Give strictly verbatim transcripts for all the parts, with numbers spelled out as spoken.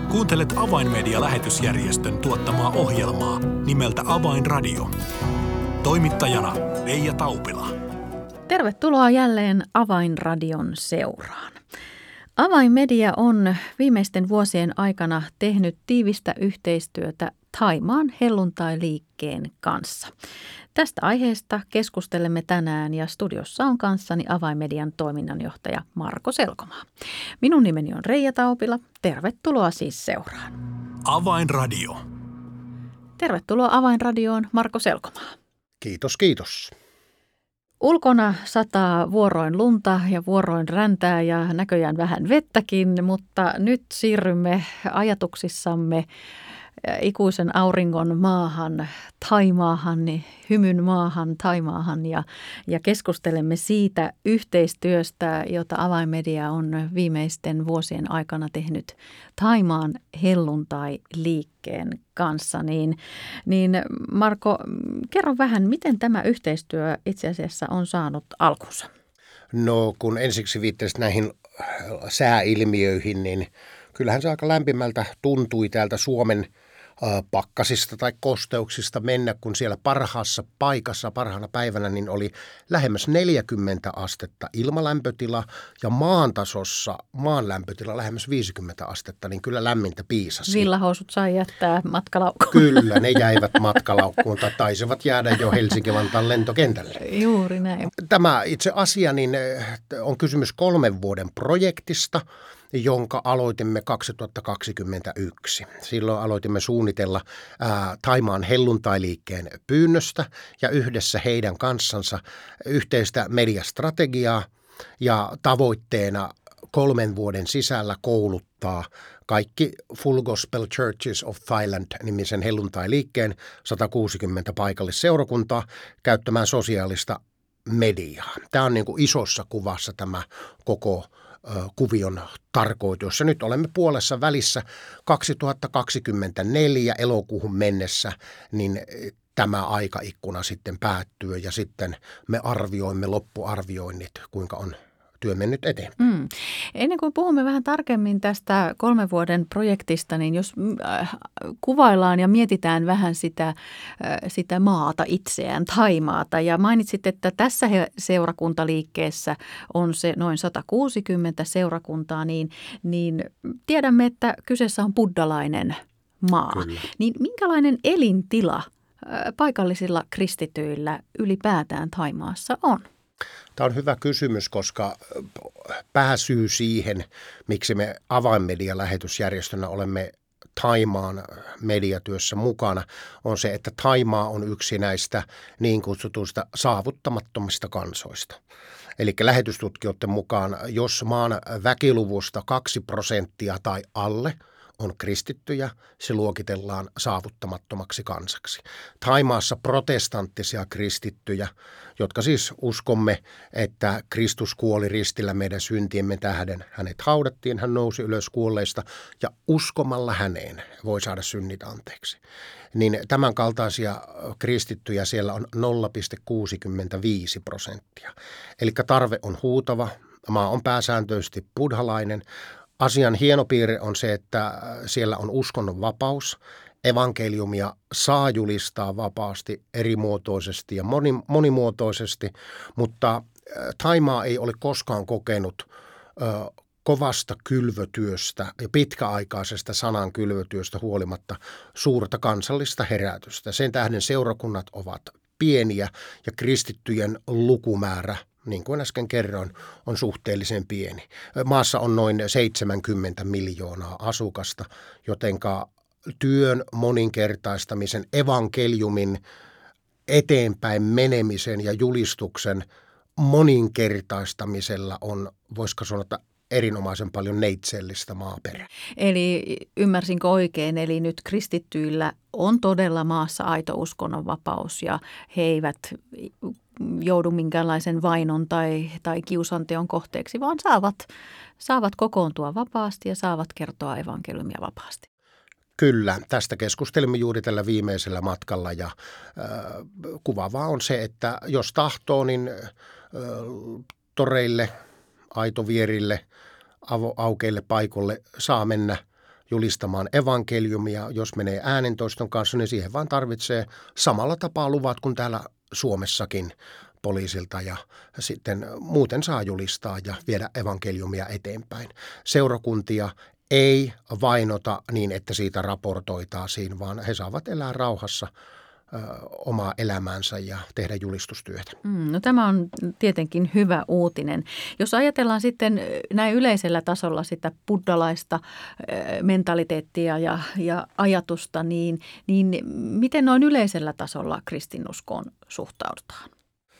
Kuuntelet Avainmedia-lähetysjärjestön tuottamaa ohjelmaa nimeltä Avainradio. Toimittajana Leija Taupila. Tervetuloa jälleen Avainradion seuraan. Avainmedia on viimeisten vuosien aikana tehnyt tiivistä yhteistyötä Thaimaan helluntai-liikkeen kanssa. Tästä aiheesta keskustelemme tänään ja studiossa on kanssani Avainmedian toiminnanjohtaja Marko Selkomaa. Minun nimeni on Leija Taupila. Tervetuloa siis seuraan. Avainradio. Tervetuloa Avainradioon, Marko Selkomaa. Kiitos, kiitos. Ulkona sataa vuoroin lunta ja vuoroin räntää ja näköjään vähän vettäkin, mutta nyt siirrymme ajatuksissamme ikuisen auringon maahan, Thaimaahan, hymyn maahan, Thaimaahan ja, ja keskustelemme siitä yhteistyöstä, jota Avainmedia on viimeisten vuosien aikana tehnyt Thaimaan helluntai-liikkeen kanssa. Niin, niin Marko, kerro vähän, miten tämä yhteistyö itse asiassa on saanut alkunsa? No kun ensiksi viittasit näihin sääilmiöihin, niin kyllähän se aika lämpimältä tuntui täältä Suomen pakkasista tai kosteuksista mennä, kun siellä parhaassa paikassa, parhaana päivänä, niin oli lähemmäs neljäkymmentä astetta ilmalämpötila ja maantasossa maan lämpötila lähemmäs viisikymmentä astetta, niin kyllä lämmintä piisasi. Villahousut sai jättää matkalaukkuun. Kyllä, ne jäivät matkalaukkuun tai taisivat jäädä jo Helsinki-Vantaan lentokentälle. Juuri näin. Tämä itse asia niin on kysymys kolmen vuoden projektista, jonka aloitimme kaksituhattakaksikymmentäyksi. Silloin aloitimme suunnitella ää, Thaimaan helluntai-liikkeen pyynnöstä ja yhdessä heidän kanssansa yhteistä mediastrategiaa ja tavoitteena kolmen vuoden sisällä kouluttaa kaikki Full Gospel Churches of Thailand-nimisen helluntai-liikkeen sata kuusikymmentä paikallisseurakuntaa käyttämään sosiaalista mediaa. Tämä on niin kuin isossa kuvassa tämä koko kuvion tarkoitus. Nyt olemme puolessa välissä kaksituhattakaksikymmentäneljä elokuuhun mennessä, niin tämä aikaikkuna sitten päättyy ja sitten me arvioimme loppuarvioinnit, kuinka on työ mennyt eteen. Mm. Ennen kuin puhumme vähän tarkemmin tästä kolmen vuoden projektista, niin jos äh, kuvaillaan ja mietitään vähän sitä, äh, sitä maata itseään, Thaimaata, ja mainitsit, että tässä he, seurakuntaliikkeessä on se noin sata kuusikymmentä seurakuntaa, niin, niin tiedämme, että kyseessä on buddhalainen maa. Kyllä. Niin minkälainen elintila äh, paikallisilla kristityillä ylipäätään Thaimaassa on? Tämä on hyvä kysymys, koska pääsyy siihen, miksi me Avainmedia-lähetysjärjestönä olemme Thaimaan mediatyössä mukana, on se, että Thaimaa on yksi näistä niin kutsutuista saavuttamattomista kansoista. Eli lähetystutkijoiden mukaan, jos maan väkiluvusta kaksi prosenttia tai alle on kristittyjä, se luokitellaan saavuttamattomaksi kansaksi. Thaimaassa protestanttisia kristittyjä, jotka siis uskomme, että Kristus kuoli ristillä meidän syntiemme tähden. Hänet haudattiin, hän nousi ylös kuolleista ja uskomalla häneen voi saada synnit anteeksi. Niin tämän kaltaisia kristittyjä siellä on nolla pilkku kuusikymmentäviisi prosenttia. Eli tarve on huutava, maa on pääsääntöisesti buddhalainen. Asian hieno piirre on se, että siellä on uskonnon vapaus. Evankeliumia saa julistaa vapaasti, erimuotoisesti ja moni, monimuotoisesti, mutta Thaimaa ei ole koskaan kokenut ö, kovasta kylvötyöstä ja pitkäaikaisesta sanan kylvötyöstä huolimatta suurta kansallista herätystä. Sen tähden seurakunnat ovat pieniä ja kristittyjen lukumäärä, niin kuin äsken kerroin, on suhteellisen pieni. Maassa on noin seitsemänkymmentä miljoonaa asukasta, jotenka työn moninkertaistamisen, evankeliumin eteenpäin menemisen ja julistuksen moninkertaistamisella on, voisiko sanoa, erinomaisen paljon neitsellistä maaperää. Eli ymmärsinkö oikein, eli nyt kristittyillä on todella maassa aito uskonnonvapaus ja he eivät joudu minkäänlaisen vainon tai, tai kiusanteon kohteeksi, vaan saavat, saavat kokoontua vapaasti ja saavat kertoa evankeliumia vapaasti. Kyllä, tästä keskustelimme juuri tällä viimeisellä matkalla ja äh, kuvaavaa on se, että jos tahtoo, niin äh, toreille, aitovierille, avo, aukeille paikoille saa mennä julistamaan evankeliumia. Jos menee äänentoiston kanssa, niin siihen vaan tarvitsee samalla tapaa luvat kuin täällä Suomessakin poliisilta ja sitten muuten saa julistaa ja viedä evankeliumia eteenpäin. Seurakuntia ei vainota niin, että siitä raportoitaisiin, vaan he saavat elää rauhassa ö, omaa elämäänsä ja tehdä julistustyötä. Mm, no tämä on tietenkin hyvä uutinen. Jos ajatellaan sitten näin yleisellä tasolla sitä buddhalaista mentaliteettia ja, ja ajatusta, niin, niin miten noin yleisellä tasolla kristinuskoon suhtaudutaan?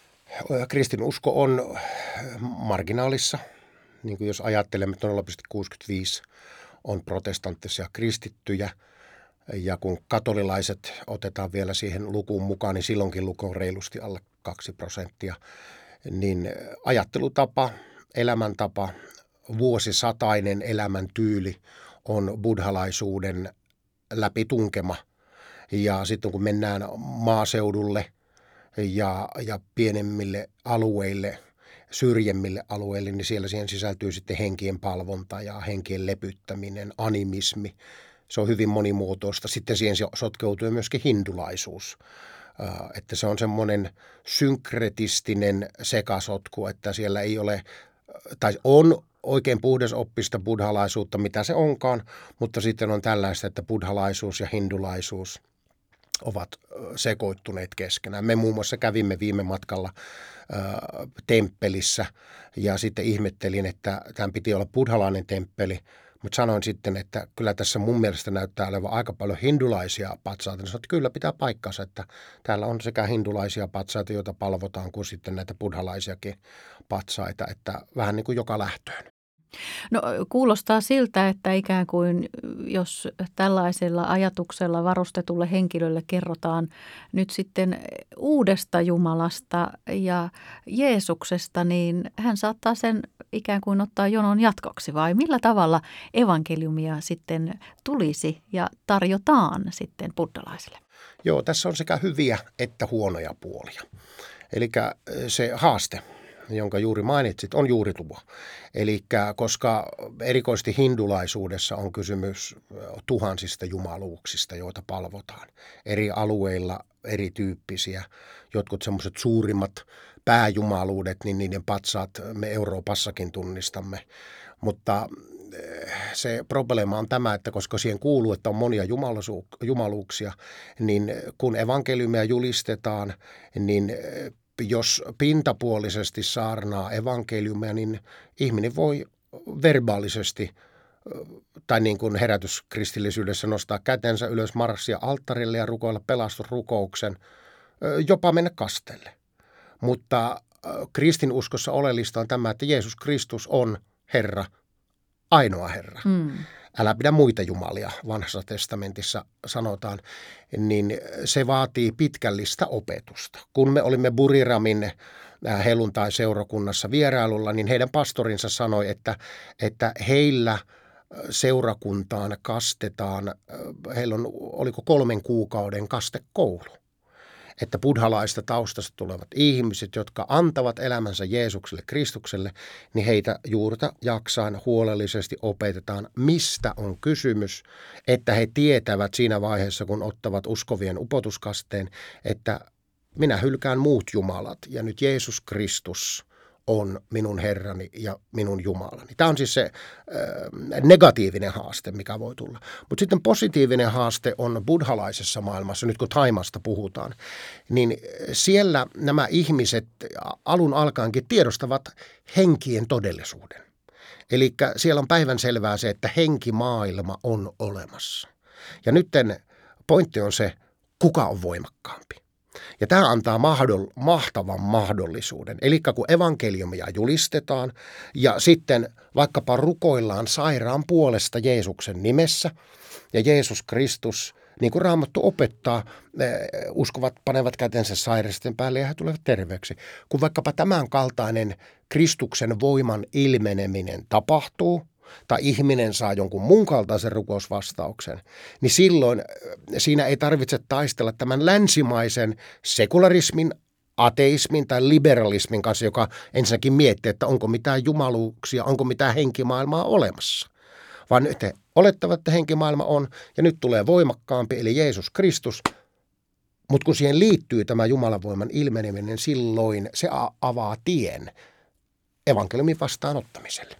Kristinusko on marginaalissa, niin kuin jos ajattelemme, että nolla pilkku kuusikymmentäviisi on protestanttisia kristittyjä ja kun katolilaiset otetaan vielä siihen lukuun mukaan, niin silloinkin luku on reilusti alle kaksi prosenttia. Niin ajattelutapa, elämäntapa, vuosisatainen elämäntyyli on buddhalaisuuden läpitunkema. Ja sitten kun mennään maaseudulle ja, ja pienemmille alueille, syrjemmille alueille, niin siellä siihen sisältyy sitten henkien palvonta ja henkien lepyttäminen, animismi. Se on hyvin monimuotoista. Sitten siihen sotkeutuu myöskin hindulaisuus, että se on semmoinen synkretistinen sekasotku, että siellä ei ole, tai on oikein puhdasoppista buddhalaisuutta, mitä se onkaan, mutta sitten on tällaista, että buddhalaisuus ja hindulaisuus ovat sekoittuneet keskenään. Me muun muassa kävimme viime matkalla ää, temppelissä ja sitten ihmettelin, että tämän piti olla buddhalainen temppeli, mutta sanoin sitten, että kyllä tässä mun mielestä näyttää olevan aika paljon hindulaisia patsaita. Sanoin, että kyllä pitää paikkansa, että täällä on sekä hindulaisia patsaita, joita palvotaan, kuin sitten näitä buddhalaisiakin patsaita, että vähän niin kuin joka lähtöön. No kuulostaa siltä, että ikään kuin jos tällaisella ajatuksella varustetulle henkilölle kerrotaan nyt sitten uudesta Jumalasta ja Jeesuksesta, niin hän saattaa sen ikään kuin ottaa jonon jatkoksi, vai millä tavalla evankeliumia sitten tulisi ja tarjotaan sitten buddhalaisille? Joo, tässä on sekä hyviä että huonoja puolia. Eli se haaste, jonka juuri mainitsit, on juuri tuo. Eli koska erikoisesti hindulaisuudessa on kysymys tuhansista jumaluuksista, joita palvotaan. Eri alueilla erityyppisiä, jotkut semmoiset suurimmat pääjumaluudet, niin niiden patsaat me Euroopassakin tunnistamme. Mutta se probleema on tämä, että koska siihen kuuluu, että on monia jumaluuksia, niin kun evankeliumia julistetaan, niin jos pintapuolisesti saarnaa evankeliumia, niin ihminen voi verbaalisesti, tai niin kuin herätyskristillisyydessä nostaa kätensä ylös, marssia alttarille ja rukoilla pelastusrukouksen, jopa mennä kastelle. Mutta kristinuskossa oleellista on tämä, että Jeesus Kristus on Herra, ainoa Herra. Mm. Älä pidä muita jumalia, vanhassa testamentissa sanotaan, niin se vaatii pitkällistä opetusta. Kun me olimme Buriramin helluntai-seurakunnassa vierailulla, niin heidän pastorinsa sanoi, että, että heillä seurakuntaan kastetaan, heillä on, oliko kolmen kuukauden kastekoulu. Että buddhalaista taustasta tulevat ihmiset, jotka antavat elämänsä Jeesukselle, Kristukselle, niin heitä juurta jaksain huolellisesti opetetaan, mistä on kysymys, että he tietävät siinä vaiheessa, kun ottavat uskovien upotuskasteen, että minä hylkään muut jumalat ja nyt Jeesus Kristus on minun Herrani ja minun Jumalani. Tämä on siis se äh, negatiivinen haaste, mikä voi tulla. Mutta sitten positiivinen haaste on buddhalaisessa maailmassa, nyt kun Thaimasta puhutaan, niin siellä nämä ihmiset alun alkaenkin tiedostavat henkien todellisuuden. Eli siellä on päivänselvää se, että henkimaailma on olemassa. Ja nyt pointti on se, kuka on voimakkaampi. Ja tämä antaa mahdoll- mahtavan mahdollisuuden. Eli kun evankeliumia julistetaan ja sitten vaikkapa rukoillaan sairaan puolesta Jeesuksen nimessä ja Jeesus Kristus, niin kuin Raamattu opettaa, uskovat panevat kätensä sairasten päälle ja he tulevat terveeksi. Kun vaikkapa tämän kaltainen Kristuksen voiman ilmeneminen tapahtuu, tai ihminen saa jonkun muun kaltaisen rukousvastauksen, niin silloin siinä ei tarvitse taistella tämän länsimaisen sekularismin, ateismin tai liberalismin kanssa, joka ensinnäkin miettii, että onko mitään jumaluuksia, onko mitään henkimaailmaa olemassa. vaan nyt he olettavat, että henkimaailma on, ja nyt tulee voimakkaampi, eli Jeesus Kristus. Mutta kun siihen liittyy tämä Jumalan voiman ilmeneminen, silloin se avaa tien evankeliumin vastaanottamiselle.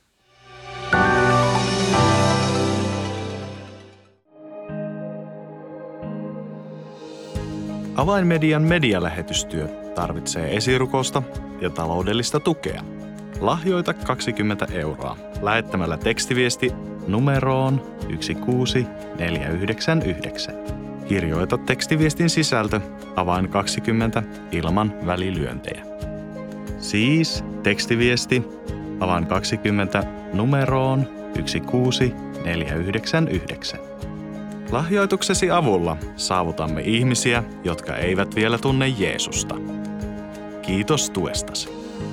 Avainmedian medialähetystyö tarvitsee esirukousta ja taloudellista tukea. Lahjoita kaksikymmentä euroa lähettämällä tekstiviesti numeroon yksi kuusi neljä yhdeksän yhdeksän. Kirjoita tekstiviestin sisältö avain kaksikymmentä ilman välilyöntejä. Siis tekstiviesti avain kaksikymmentä numeroon yksi kuusi neljä yhdeksän yhdeksän. Lahjoituksesi avulla saavutamme ihmisiä, jotka eivät vielä tunne Jeesusta. Kiitos tuestasi.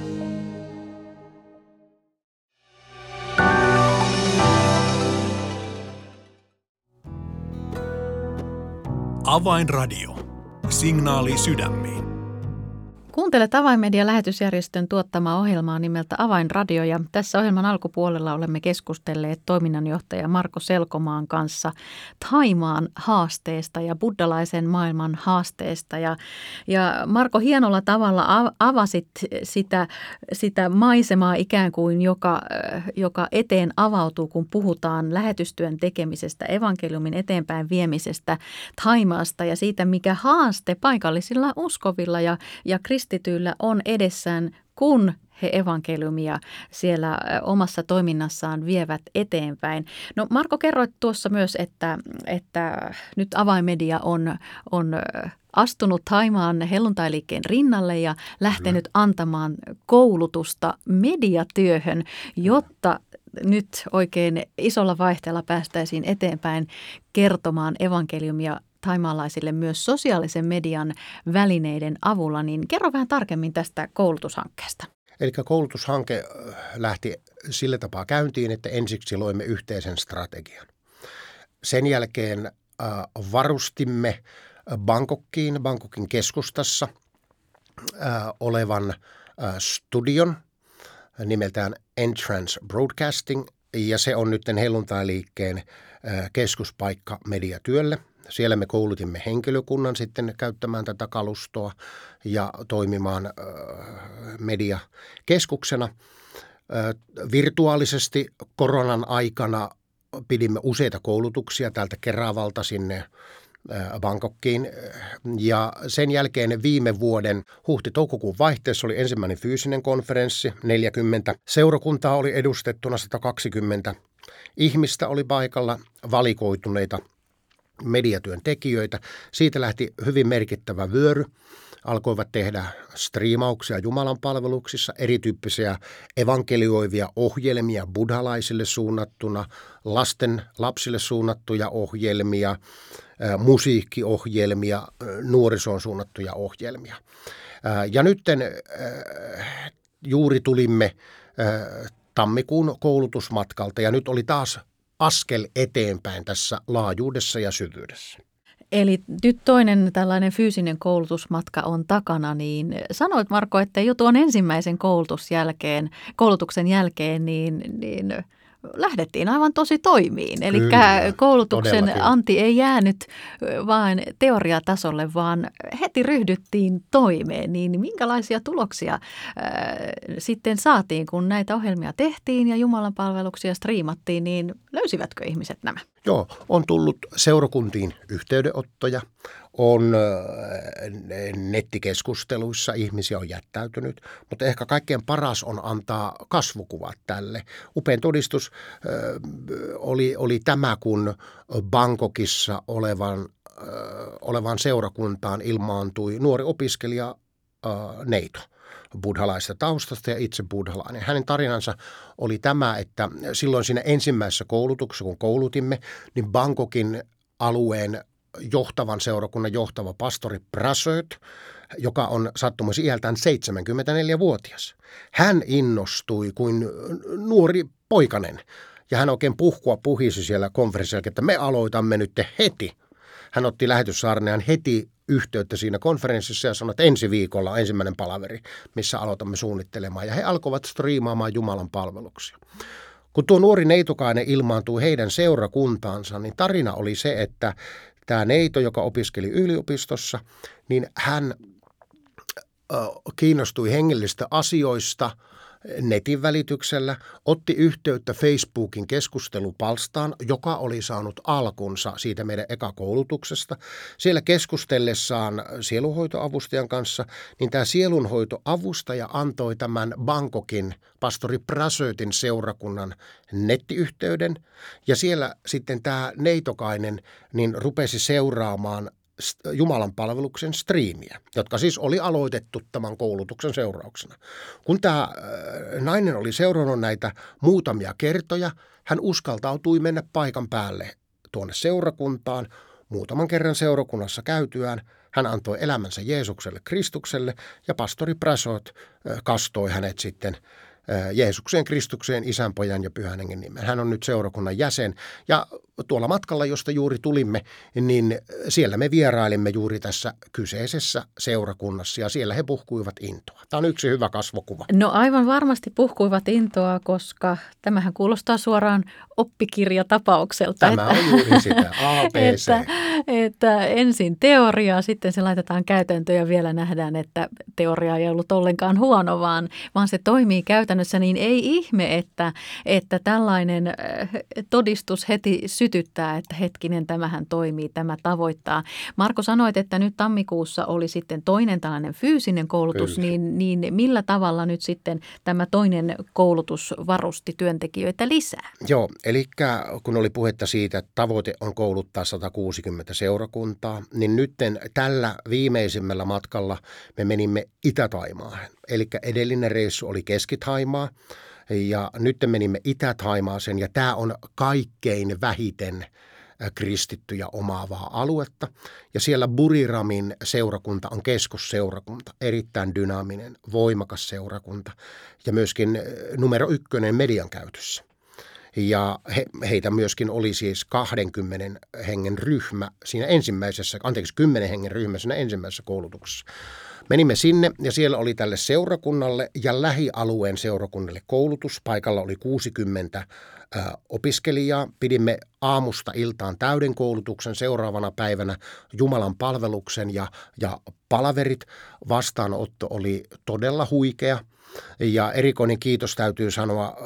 Avainradio. Signaali sydämiin. Kuuntelet Avainmedian lähetysjärjestön tuottamaa ohjelmaa nimeltä Avainradio, ja tässä ohjelman alkupuolella olemme keskustelleet toiminnanjohtaja Marko Selkomaan kanssa Thaimaan haasteesta ja buddhalaisen maailman haasteesta. Ja, ja Marko, hienolla tavalla avasit sitä, sitä maisemaa ikään kuin, joka, joka eteen avautuu, kun puhutaan lähetystyön tekemisestä, evankeliumin eteenpäin viemisestä Thaimaasta ja siitä, mikä haaste paikallisilla uskovilla ja, ja kristityillä on edessään, kun he evankeliumia siellä omassa toiminnassaan vievät eteenpäin. No Marko, kerroit tuossa myös, että, että nyt Avainmedia on, on astunut Thaimaan helluntailiikkeen rinnalle ja lähtenyt mm. antamaan koulutusta mediatyöhön, jotta nyt oikein isolla vaihteella päästäisiin eteenpäin kertomaan evankeliumia thaimaalaisille myös sosiaalisen median välineiden avulla, niin kerro vähän tarkemmin tästä koulutushankkeesta. Eli koulutushanke lähti sillä tapaa käyntiin, että ensiksi loimme yhteisen strategian. Sen jälkeen varustimme Bangkokkiin, Bangkokin keskustassa olevan studion nimeltään Entrance Broadcasting, ja se on nyt helluntailiikkeen keskuspaikka mediatyölle. Siellä me koulutimme henkilökunnan sitten käyttämään tätä kalustoa ja toimimaan mediakeskuksena. Virtuaalisesti koronan aikana pidimme useita koulutuksia täältä Keravalta sinne Bangkokkiin, ja sen jälkeen viime vuoden huhti-toukokuun vaihteessa oli ensimmäinen fyysinen konferenssi, neljäkymmentä seurakuntaa oli edustettuna, sata kaksikymmentä ihmistä oli paikalla, valikoituneita mediatyön tekijöitä. Siitä lähti hyvin merkittävä vyöry. Alkoivat tehdä striimauksia Jumalan palveluksissa, erityyppisiä evankelioivia ohjelmia buddhalaisille suunnattuna, lasten lapsille suunnattuja ohjelmia, musiikkiohjelmia, nuorisoon suunnattuja ohjelmia. Ja nytten juuri tulimme tammikuun koulutusmatkalta, ja nyt oli taas askel eteenpäin tässä laajuudessa ja syvyydessä. Eli nyt toinen tällainen fyysinen koulutusmatka on takana, niin sanoit Marko, että jo tuon ensimmäisen koulutus jälkeen, koulutuksen jälkeen niin, niin lähdettiin aivan tosi toimiin. Eli koulutuksen anti ei jäänyt vain teoriatasolle, vaan heti ryhdyttiin toimeen. Niin minkälaisia tuloksia äh, sitten saatiin, kun näitä ohjelmia tehtiin ja Jumalan palveluksia striimattiin, niin löysivätkö ihmiset nämä? Joo, on tullut seurakuntiin yhteydenottoja, on nettikeskusteluissa ihmisiä on jättäytynyt, mutta ehkä kaikkein paras on antaa kasvukuvat tälle. Upein todistus äh, oli, oli tämä, kun Bangkokissa olevan, äh, olevan seurakuntaan ilmaantui nuori opiskelija äh, neito buddhalaisesta taustasta ja itse buddhalainen. Hänen tarinansa oli tämä, että silloin siinä ensimmäisessä koulutuksessa, kun koulutimme, niin Bangkokin alueen johtavan seurakunnan johtava pastori Prasöt, joka on sattumoisin iältään seitsemänkymmentäneljävuotias. Hän innostui kuin nuori poikanen, ja hän oikein puhkua puhisi siellä konferenssissa, että me aloitamme nyt heti. Hän otti lähetyssaarnaan heti yhteyttä siinä konferenssissa ja sanoi, että ensi viikolla on ensimmäinen palaveri, missä aloitamme suunnittelemaan. Ja he alkoivat striimaamaan Jumalan palveluksia. Kun tuo nuori neitokainen ilmaantui heidän seurakuntaansa, niin tarina oli se, että tämä neito, joka opiskeli yliopistossa, niin hän kiinnostui hengellisistä asioista netin välityksellä, otti yhteyttä Facebookin keskustelupalstaan, joka oli saanut alkunsa siitä meidän ekakoulutuksesta. Siellä keskustellessaan sielunhoitoavustajan kanssa, niin tämä sielunhoitoavustaja antoi tämän Bangkokin pastori Prasötin seurakunnan nettiyhteyden. Ja siellä sitten tämä neitokainen niin rupesi seuraamaan Jumalan palveluksen striimiä, jotka siis oli aloitettu tämän koulutuksen seurauksena. Kun tämä nainen oli seurannut näitä muutamia kertoja, hän uskaltautui mennä paikan päälle tuonne seurakuntaan. Muutaman kerran seurakunnassa käytyään hän antoi elämänsä Jeesukselle Kristukselle ja pastori Prasot kastoi hänet sitten Jeesukseen, Kristukseen, Isän, Pojan ja Pyhän Hengen nimeen. Hän on nyt seurakunnan jäsen ja tuolla matkalla, josta juuri tulimme, niin siellä me vierailimme juuri tässä kyseisessä seurakunnassa ja siellä he puhkuivat intoa. Tämä on yksi hyvä kasvokuva. No aivan varmasti puhkuivat intoa, koska tämähän kuulostaa suoraan oppikirjatapaukselta. Tämä on juuri sitä, A, B, C. Että, että ensin teoriaa, sitten se laitetaan käytäntöön ja vielä nähdään, että teoria ei ollut ollenkaan huono, vaan, vaan se toimii käytännössä, niin ei ihme, että, että tällainen todistus heti sytyttää, että hetkinen, tämähän toimii, tämä tavoittaa. Marko, sanoit, että nyt tammikuussa oli sitten toinen tällainen fyysinen koulutus, niin, niin millä tavalla nyt sitten tämä toinen koulutus varusti työntekijöitä lisää? Joo, eli kun oli puhetta siitä, että tavoite on kouluttaa sata kuusikymmentä seurakuntaa, niin nyt tällä viimeisimmällä matkalla me menimme Itä-Taimaahan. Eli edellinen reissu oli Keski-Taimaa ja nyt menimme Itä-Taimaaseen ja tämä on kaikkein vähiten kristittyjä omaavaa aluetta. Ja siellä Buriramin seurakunta on keskusseurakunta, erittäin dynaaminen, voimakas seurakunta ja myöskin numero ykkönen median käytössä. Ja he, heitä myöskin oli siis kaksikymmentä hengen ryhmä siinä ensimmäisessä, anteeksi kymmenen hengen ryhmä siinä ensimmäisessä koulutuksessa. Menimme sinne ja siellä oli tälle seurakunnalle ja lähialueen seurakunnalle koulutus. Paikalla oli kuusikymmentä ö, opiskelijaa. Pidimme aamusta iltaan täyden koulutuksen, seuraavana päivänä Jumalan palveluksen ja, ja palaverit. Vastaanotto oli todella huikea. Ja erikoinen kiitos täytyy sanoa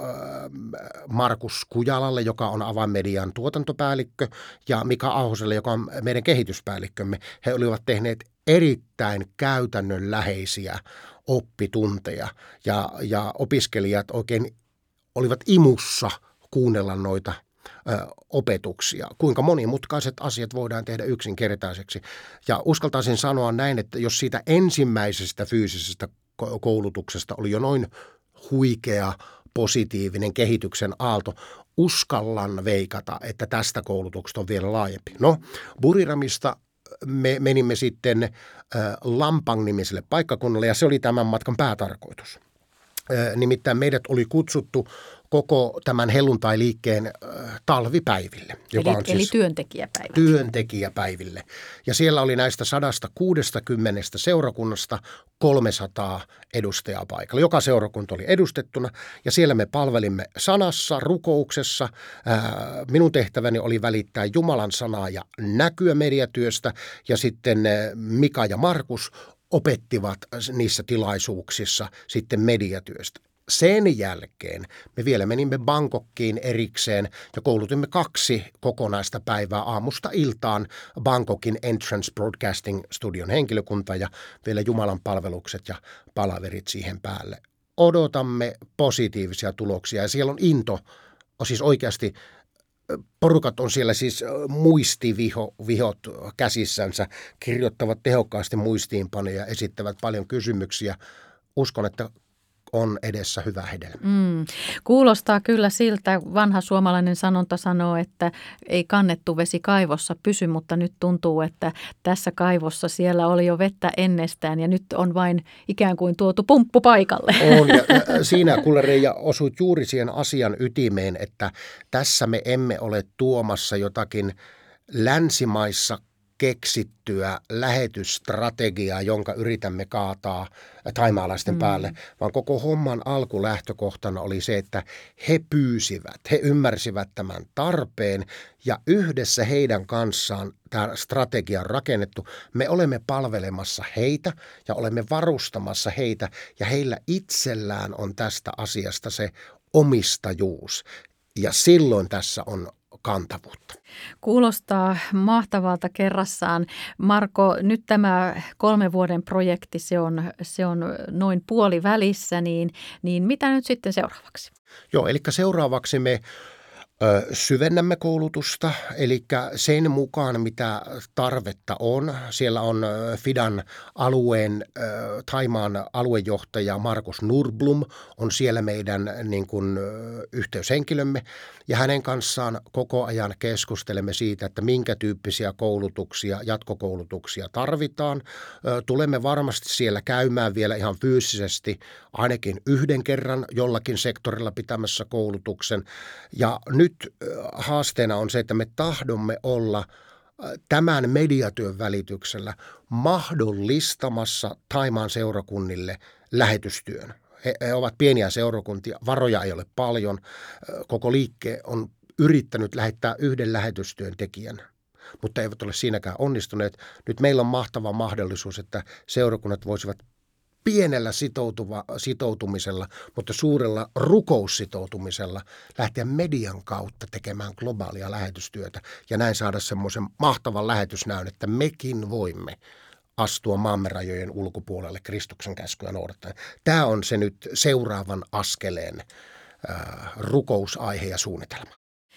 Markus Kujalalle, joka on Avainmedian tuotantopäällikkö, ja Mika Ahoselle, joka on meidän kehityspäällikkömme. He olivat tehneet erittäin käytännönläheisiä oppitunteja ja, ja opiskelijat oikein olivat imussa kuunnella noita ö, opetuksia. Kuinka monimutkaiset asiat voidaan tehdä yksinkertaiseksi. Ja uskaltaisin sanoa näin, että jos siitä ensimmäisestä fyysisestä koulutuksesta oli jo noin huikea, positiivinen kehityksen aalto, uskallan veikata, että tästä koulutuksesta on vielä laajempi. No, Buriramista me menimme sitten äh, Lampang-nimiselle paikkakunnalle ja se oli tämän matkan päätarkoitus. Äh, nimittäin meidät oli kutsuttu koko tämän helluntai-liikkeen äh, talvipäiville. Joka eli, on eli siis työntekijäpäiville. Työntekijäpäiville. Ja siellä oli näistä sata kuusikymmentä seurakunnasta kolmesataa edustajaa paikalla. Joka seurakunta oli edustettuna ja siellä me palvelimme sanassa, rukouksessa. Ää, minun tehtäväni oli välittää Jumalan sanaa ja näkyä mediatyöstä ja sitten Mika ja Markus opettivat niissä tilaisuuksissa sitten mediatyöstä. Sen jälkeen me vielä menimme Bangkokiin erikseen ja koulutimme kaksi kokonaista päivää aamusta iltaan Bangkokin Entrance Broadcasting Studion henkilökunta ja vielä Jumalan palvelukset ja palaverit siihen päälle. Odotamme positiivisia tuloksia ja siellä on into, on siis oikeasti porukat on siellä siis muistivihot käsissänsä, kirjoittavat tehokkaasti muistiinpanoja ja esittävät paljon kysymyksiä. Uskon, että on edessä hyvä hedelmä. Mm. Kuulostaa kyllä siltä, vanha suomalainen sanonta sanoo, että ei kannettu vesi kaivossa pysy, mutta nyt tuntuu, että tässä kaivossa siellä oli jo vettä ennestään ja nyt on vain ikään kuin tuotu pumppu paikalle. On ja siinä kuule Reija osuit juuri siihen asian ytimeen, että tässä me emme ole tuomassa jotakin länsimaissa keksittyä lähetysstrategiaa, jonka yritämme kaataa thaimaalaisten mm. päälle, vaan koko homman alkulähtökohtana oli se, että he pyysivät, he ymmärsivät tämän tarpeen ja yhdessä heidän kanssaan tämä strategia on rakennettu. Me olemme palvelemassa heitä ja olemme varustamassa heitä ja heillä itsellään on tästä asiasta se omistajuus ja silloin tässä on kantavuutta. Kuulostaa mahtavalta kerrassaan. Marko, nyt tämä kolmen vuoden projekti, se on, se on noin puoli välissä, niin, niin mitä nyt sitten seuraavaksi? Joo, eli seuraavaksi me ö, syvennämme koulutusta, eli sen mukaan mitä tarvetta on. Siellä on Fidan alueen, ö, Thaimaan aluejohtaja Markus Nurblom on siellä meidän niin kuin, ö, yhteyshenkilömme. Ja hänen kanssaan koko ajan keskustelemme siitä, että minkä tyyppisiä koulutuksia, jatkokoulutuksia tarvitaan. Tulemme varmasti siellä käymään vielä ihan fyysisesti ainakin yhden kerran jollakin sektorilla pitämässä koulutuksen. Ja nyt haasteena on se, että me tahdomme olla tämän mediatyön välityksellä mahdollistamassa Thaimaan seurakunnille lähetystyön. He, he ovat pieniä seurakuntia, varoja ei ole paljon. Koko liikke on yrittänyt lähettää yhden lähetystyöntekijän, mutta eivät ole siinäkään onnistuneet. Nyt meillä on mahtava mahdollisuus, että seurakunnat voisivat pienellä sitoutuva, sitoutumisella, mutta suurella rukoussitoutumisella lähteä median kautta tekemään globaalia lähetystyötä ja näin saada semmoisen mahtavan lähetysnäyn, että mekin voimme astua maamme rajojen ulkopuolelle Kristuksen käskyä noudattaen. Tämä on se nyt seuraavan askeleen äh, rukousaihe ja suunnitelma.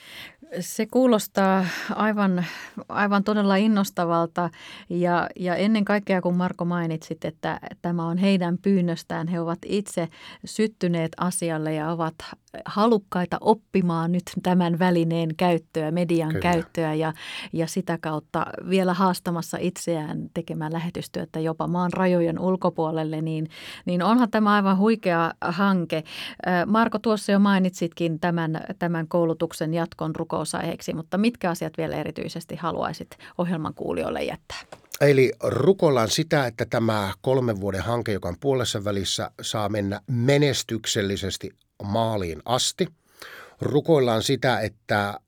Se kuulostaa aivan, aivan todella innostavalta ja, ja ennen kaikkea kun Marko mainitsit, että tämä on heidän pyynnöstään, he ovat itse syttyneet asialle ja ovat halukkaita oppimaan nyt tämän välineen käyttöä, median Kyllä. käyttöä ja, ja sitä kautta vielä haastamassa itseään tekemään lähetystyötä jopa maan rajojen ulkopuolelle, niin, niin onhan tämä aivan huikea hanke. Marko, tuossa jo mainitsitkin tämän, tämän koulutuksen jatkon rukousaiheeksi, mutta mitkä asiat vielä erityisesti haluaisit ohjelman kuulijoille jättää? Eli rukoillaan sitä, että tämä kolmen vuoden hanke, joka on puolessa välissä, saa mennä menestyksellisesti maaliin asti. Rukoillaan sitä, että äh,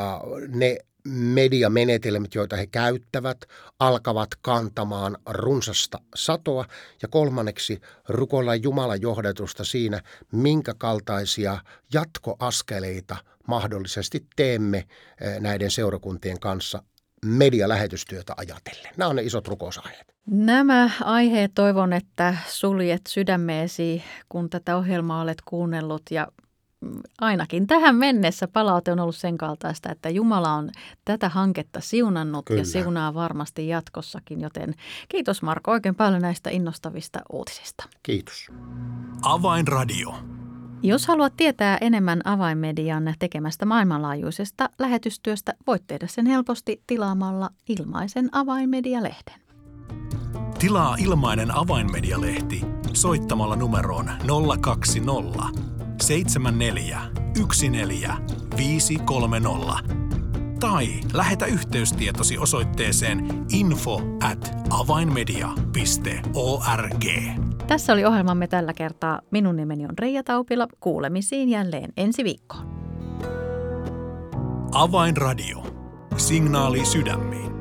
ne mediamenetelmät, joita he käyttävät, alkavat kantamaan runsasta satoa. Ja kolmanneksi rukoillaan Jumalan johdatusta siinä, minkä kaltaisia jatkoaskeleita mahdollisesti teemme äh, näiden seurakuntien kanssa medialähetystyötä ajatellen. Nämä on ne isot rukousaiheet. Nämä aiheet toivon, että suljet sydämeesi, kun tätä ohjelmaa olet kuunnellut ja ainakin tähän mennessä palaute on ollut sen kaltaista, että Jumala on tätä hanketta siunannut Kyllä. ja siunaa varmasti jatkossakin, joten kiitos Marko oikein paljon näistä innostavista uutisista. Kiitos. Avainradio. Jos haluat tietää enemmän Avainmedian tekemästä maailmanlaajuisesta lähetystyöstä, voit tehdä sen helposti tilaamalla ilmaisen Avainmedia-lehden. Tilaa ilmainen Avainmedia-lehti soittamalla numeroon nolla kaksi nolla seitsemän neljä yksi neljä viisi kolme nolla tai lähetä yhteystietosi osoitteeseen info at avainmedia piste org. Tässä oli ohjelmamme tällä kertaa. Minun nimeni on Reija Taupila. Kuulemisiin jälleen ensi viikkoon. Avainradio. Signaali sydämiin.